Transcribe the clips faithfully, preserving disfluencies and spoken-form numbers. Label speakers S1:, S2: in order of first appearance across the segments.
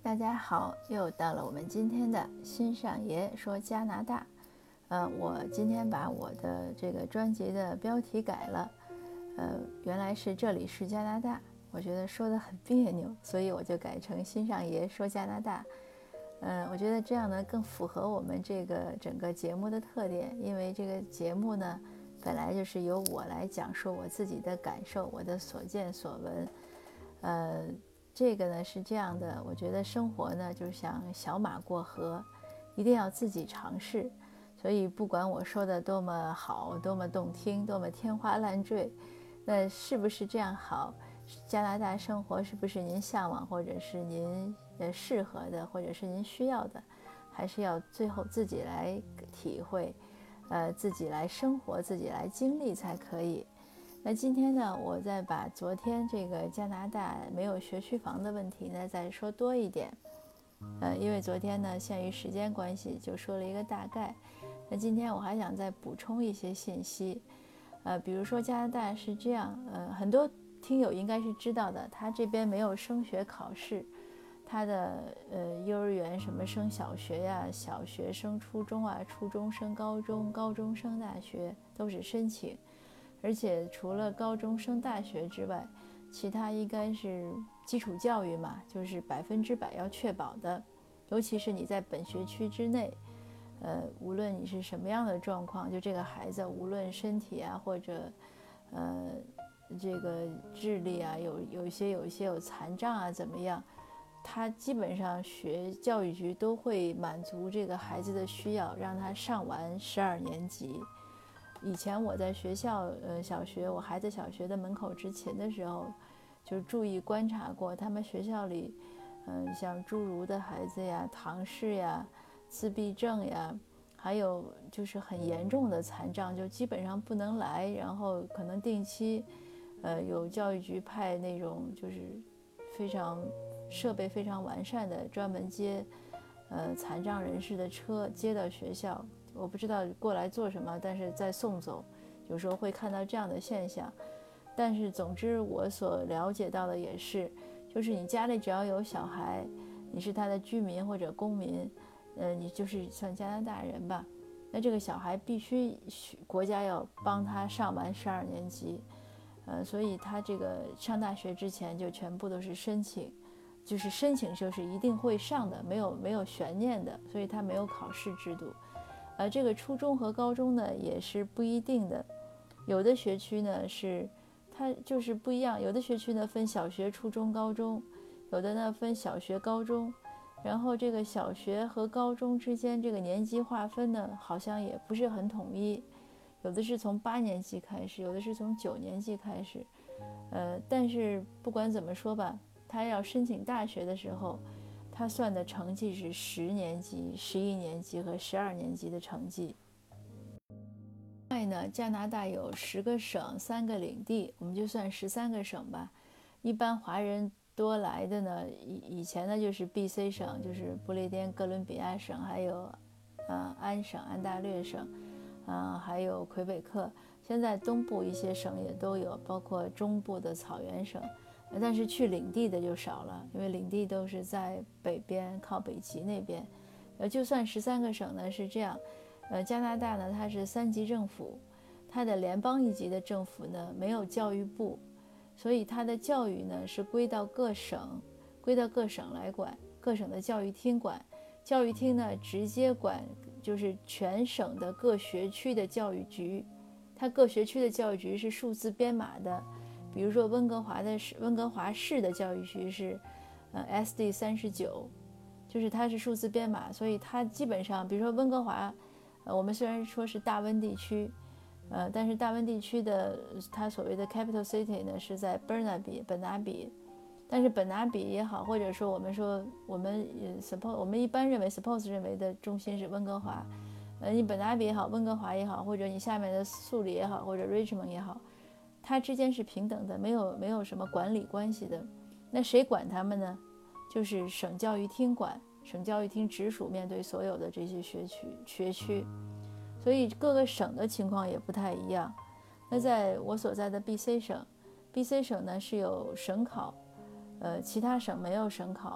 S1: 大家好，又到了我们今天的新上爷说加拿大。呃，我今天把我的这个专辑的标题改了，呃，原来是这里是加拿大，我觉得说得很别扭，所以我就改成新上爷说加拿大。呃，我觉得这样呢更符合我们这个整个节目的特点，因为这个节目呢本来就是由我来讲述我自己的感受，我的所见所闻。呃，这个呢是这样的，我觉得生活呢就像小马过河，一定要自己尝试。所以不管我说的多么好，多么动听，多么天花乱坠，那是不是这样好？加拿大生活是不是您向往，或者是您呃适合的，或者是您需要的，还是要最后自己来体会，呃，自己来生活，自己来经历才可以。那今天呢，我再把昨天这个加拿大没有学区房的问题呢再说多一点。呃，因为昨天呢限于时间关系就说了一个大概，那今天我还想再补充一些信息。呃，比如说加拿大是这样，呃，很多听友应该是知道的，他这边没有升学考试，他的呃幼儿园什么升小学呀，小学升初中啊，初中升高中，高中升大学都是申请。而且除了高中升大学之外，其他应该是基础教育嘛，就是百分之百要确保的。尤其是你在本学区之内，呃，无论你是什么样的状况，就这个孩子无论身体啊或者呃这个智力啊，有有一些有一些有残障啊怎么样，他基本上学教育局都会满足这个孩子的需要，让他上完十二年级。以前我在学校，呃，小学，我孩子小学的门口执勤的时候，就注意观察过，他们学校里，嗯、呃，像侏儒的孩子呀、唐氏呀、自闭症呀，还有就是很严重的残障，就基本上不能来，然后可能定期，呃，有教育局派那种就是非常设备非常完善的专门接，呃，残障人士的车接到学校。我不知道过来做什么，但是再送走，有时候会看到这样的现象。但是总之我所了解到的也是，就是你家里只要有小孩，你是他的居民或者公民，呃，你就是算加拿大人吧，那这个小孩必须国家要帮他上完十二年级，呃，所以他这个上大学之前就全部都是申请，就是申请就是一定会上的，没有没有悬念的，所以他没有考试制度。呃，这个初中和高中呢也是不一定的，有的学区呢是它就是不一样，有的学区呢分小学、初中、高中，有的呢分小学、高中，然后这个小学和高中之间这个年级划分呢好像也不是很统一，有的是从八年级开始，有的是从九年级开始，呃，但是不管怎么说吧，他要申请大学的时候，他算的成绩是十年级、十一年级和十二年级的成绩。另外呢，加拿大有十个省、三个领地，我们就算十三个省吧。一般华人多来的呢，以以前呢就是 B C 省，就是不列颠哥伦比亚省，还有呃安省、安大略省，啊、呃、还有魁北克。现在东部一些省也都有，包括中部的草原省。但是去领地的就少了，因为领地都是在北边靠北极那边。呃，就算十三个省呢是这样，呃，加拿大呢它是三级政府，它的联邦一级的政府呢没有教育部，所以它的教育呢是归到各省，归到各省来管，各省的教育厅管。教育厅呢直接管就是全省的各学区的教育局，它各学区的教育局是数字编码的。比如说温哥华的温哥华市的教育局是，呃 S D 三十九，就是它是数字编码，所以它基本上，比如说温哥华，呃，我们虽然说是大温地区，呃，但是大温地区的它所谓的 capital city 呢是在 Burnaby 本拿比，但是本拿比也好，或者说我们说我们 suppose 我们一般认为 suppose 认为的中心是温哥华，呃，你本拿比也好，温哥华也好，或者你下面的素里也好，或者 Richmond 也好。它之间是平等的，没有没有什么管理关系的。那谁管他们呢？就是省教育厅管，省教育厅直属面对所有的这些学区学区，所以各个省的情况也不太一样。那在我所在的 B C 省 ，B C 省呢是有省考，呃，其他省没有省考。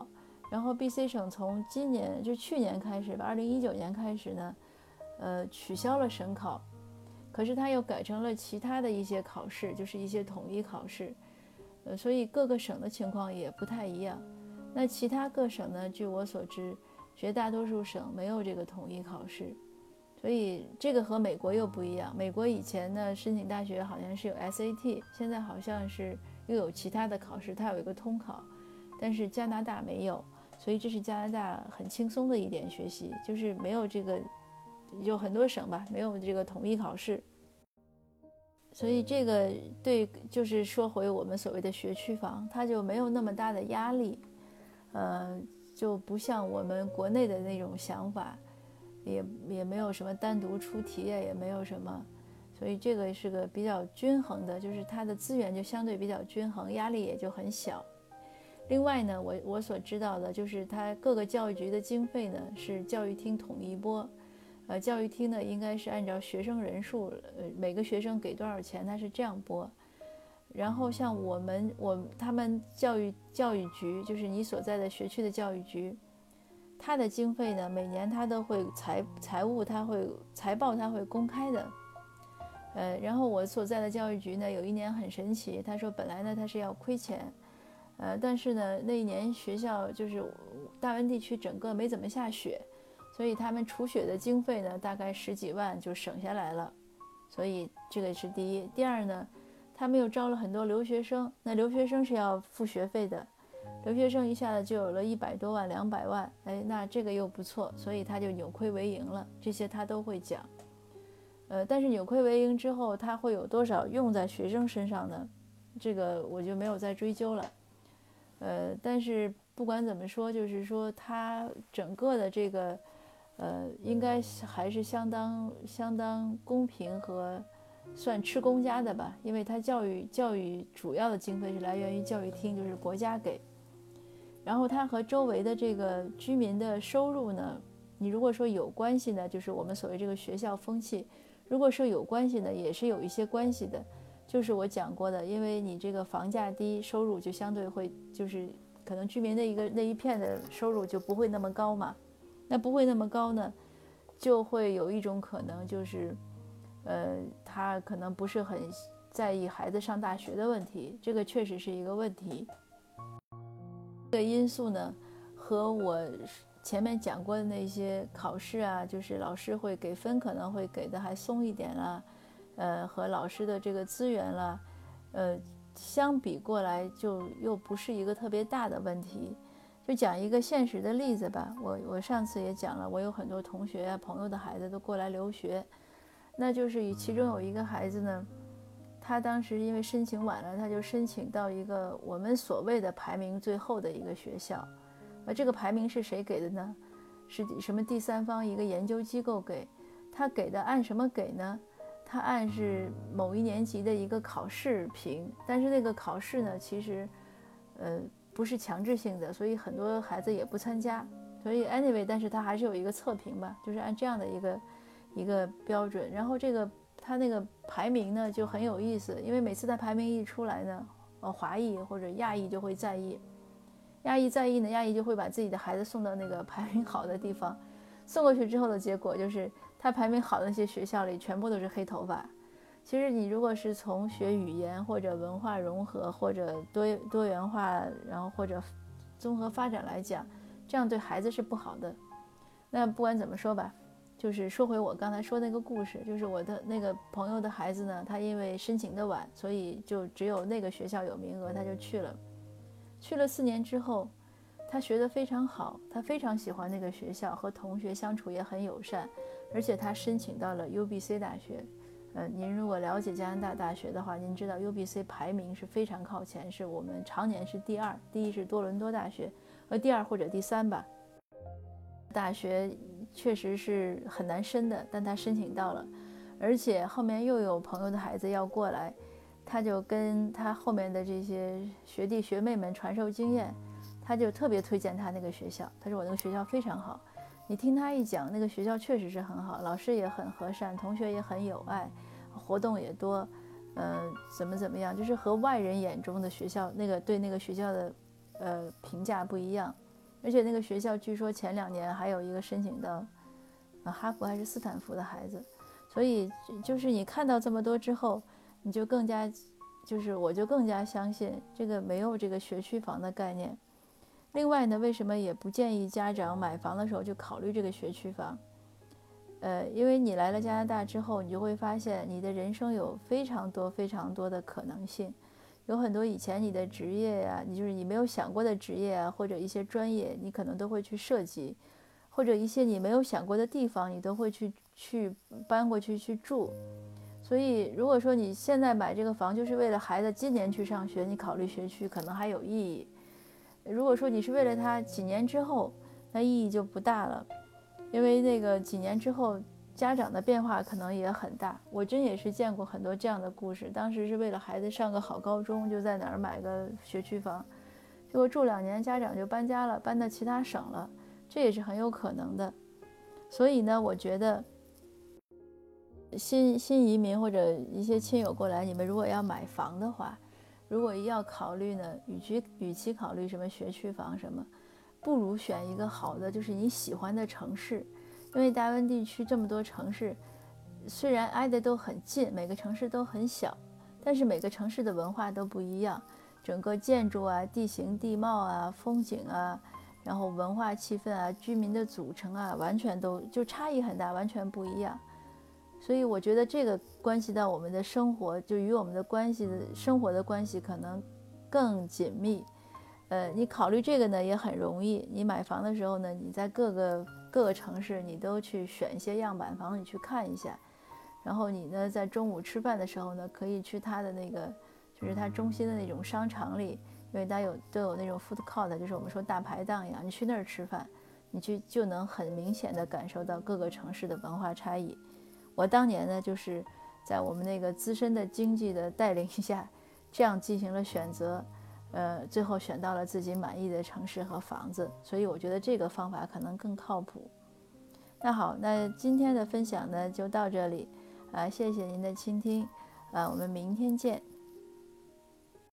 S1: 然后 B C 省从今年就去年开始吧，二零一九年开始呢，呃，取消了省考，可是它又改成了其他的一些考试，就是一些统一考试，呃，所以各个省的情况也不太一样。那其他各省呢，据我所知，绝大多数省没有这个统一考试，所以这个和美国又不一样。美国以前呢，申请大学好像是有 S A T， 现在好像是又有其他的考试，它有一个通考，但是加拿大没有，所以这是加拿大很轻松的一点学习，就是没有这个，有很多省吧，没有这个统一考试。所以这个对，就是说回我们所谓的学区房，它就没有那么大的压力，呃，就不像我们国内的那种想法，也也没有什么单独出题呀，也没有什么，所以这个是个比较均衡的，就是它的资源就相对比较均衡，压力也就很小。另外呢，我我所知道的就是它各个教育局的经费呢是教育厅统一拨。呃，教育厅呢应该是按照学生人数，呃，每个学生给多少钱，它是这样拨。然后像我们我他们教育教育局，就是你所在的学区的教育局，它的经费呢，每年它都会财财务它会财报它会公开的。呃，然后我所在的教育局呢，有一年很神奇，他说本来呢它是要亏钱，呃，但是呢那一年学校就是大温地区整个没怎么下雪。所以他们除雪的经费呢，大概十几万就省下来了，所以这个是第一。第二呢，他们又招了很多留学生，那留学生是要付学费的，留学生一下子就有了一百多万、两百万，哎，那这个又不错，所以他就扭亏为盈了，这些他都会讲。呃，但是扭亏为盈之后，他会有多少用在学生身上呢？这个我就没有再追究了。呃，但是不管怎么说，就是说他整个的这个。呃，应该还是相当相当公平和算吃公家的吧，因为它教育教育主要的经费是来源于教育厅，就是国家给。然后它和周围的这个居民的收入呢，你如果说有关系呢，就是我们所谓这个学校风气；如果说有关系呢，也是有一些关系的。就是我讲过的，因为你这个房价低，收入就相对会就是可能居民的一个那一片的收入就不会那么高嘛。那不会那么高呢，就会有一种可能就是，呃，他可能不是很在意孩子上大学的问题，这个确实是一个问题。这个因素呢，和我前面讲过的那些考试啊，就是老师会给分可能会给的还松一点啦，呃，和老师的这个资源啦，呃，相比过来就又不是一个特别大的问题。就讲一个现实的例子吧，我我上次也讲了，我有很多同学啊、朋友的孩子都过来留学，那就是其中有一个孩子呢，他当时因为申请晚了，他就申请到一个我们所谓的排名最后的一个学校，而这个排名是谁给的呢？是什么第三方一个研究机构给，他给的按什么给呢？他按是某一年级的一个考试评，但是那个考试呢，其实，呃。不是强制性的，所以很多孩子也不参加。所以 anyway， 但是他还是有一个测评吧，就是按这样的一个一个标准。然后这个他那个排名呢就很有意思，因为每次他排名一出来呢，呃，华裔或者亚裔就会在意，亚裔在意呢，亚裔就会把自己的孩子送到那个排名好的地方，送过去之后的结果就是他排名好的那些学校里全部都是黑头发。其实你如果是从学语言或者文化融合或者多多元化，然后或者综合发展来讲，这样对孩子是不好的。那不管怎么说吧，就是说回我刚才说那个故事，就是我的那个朋友的孩子呢，他因为申请的晚，所以就只有那个学校有名额，他就去了。去了四年之后，他学得非常好，他非常喜欢那个学校，和同学相处也很友善，而且他申请到了 U B C 大学。呃，您如果了解加拿大大学的话，您知道 U B C 排名是非常靠前，是我们常年是第二，第一是多伦多大学，呃，第二或者第三吧。大学确实是很难申的，但他申请到了，而且后面又有朋友的孩子要过来，他就跟他后面的这些学弟学妹们传授经验，他就特别推荐他那个学校，他说我那个学校非常好。你听他一讲，那个学校确实是很好，老师也很和善，同学也很有爱，活动也多，呃，怎么怎么样，就是和外人眼中的学校那个对那个学校的呃评价不一样。 而且那个学校据说前两年还有一个申请到呃哈佛还是斯坦福的孩子，所以就是你看到这么多之后，你就更加就是我就更加相信这个没有这个学区房的概念。另外呢，为什么也不建议家长买房的时候就考虑这个学区房？呃，因为你来了加拿大之后，你就会发现你的人生有非常多非常多的可能性，有很多以前你的职业呀、啊，你就是你没有想过的职业啊，或者一些专业，你可能都会去涉及，或者一些你没有想过的地方，你都会去去搬过去去住。所以，如果说你现在买这个房就是为了孩子今年去上学，你考虑学区可能还有意义。如果说你是为了他几年之后，那意义就不大了。因为那个几年之后家长的变化可能也很大，我真也是见过很多这样的故事。当时是为了孩子上个好高中，就在哪儿买个学区房，结果住两年家长就搬家了，搬到其他省了，这也是很有可能的。所以呢，我觉得新新移民或者一些亲友过来，你们如果要买房的话，如果要考虑呢，与其与其考虑什么学区房什么，不如选一个好的，就是你喜欢的城市。因为大温地区这么多城市，虽然挨得都很近，每个城市都很小，但是每个城市的文化都不一样，整个建筑啊、地形地貌啊、风景啊，然后文化气氛啊、居民的组成啊，完全都就差异很大，完全不一样。所以我觉得这个关系到我们的生活，就与我们的关系的生活的关系可能更紧密。呃，你考虑这个呢也很容易。你买房的时候呢，你在各个各个城市你都去选一些样板房，你去看一下。然后你呢，在中午吃饭的时候呢，可以去它的那个，就是它中心的那种商场里，因为它有都有那种 food court，就是我们说大排档一样，你去那儿吃饭，你去就能很明显的感受到各个城市的文化差异。我当年呢，就是在我们那个资深的经济的带领下，这样进行了选择。呃，最后选到了自己满意的城市和房子，所以我觉得这个方法可能更靠谱。那好，那今天的分享呢就到这里，啊、呃，谢谢您的倾听，啊、呃，我们明天见。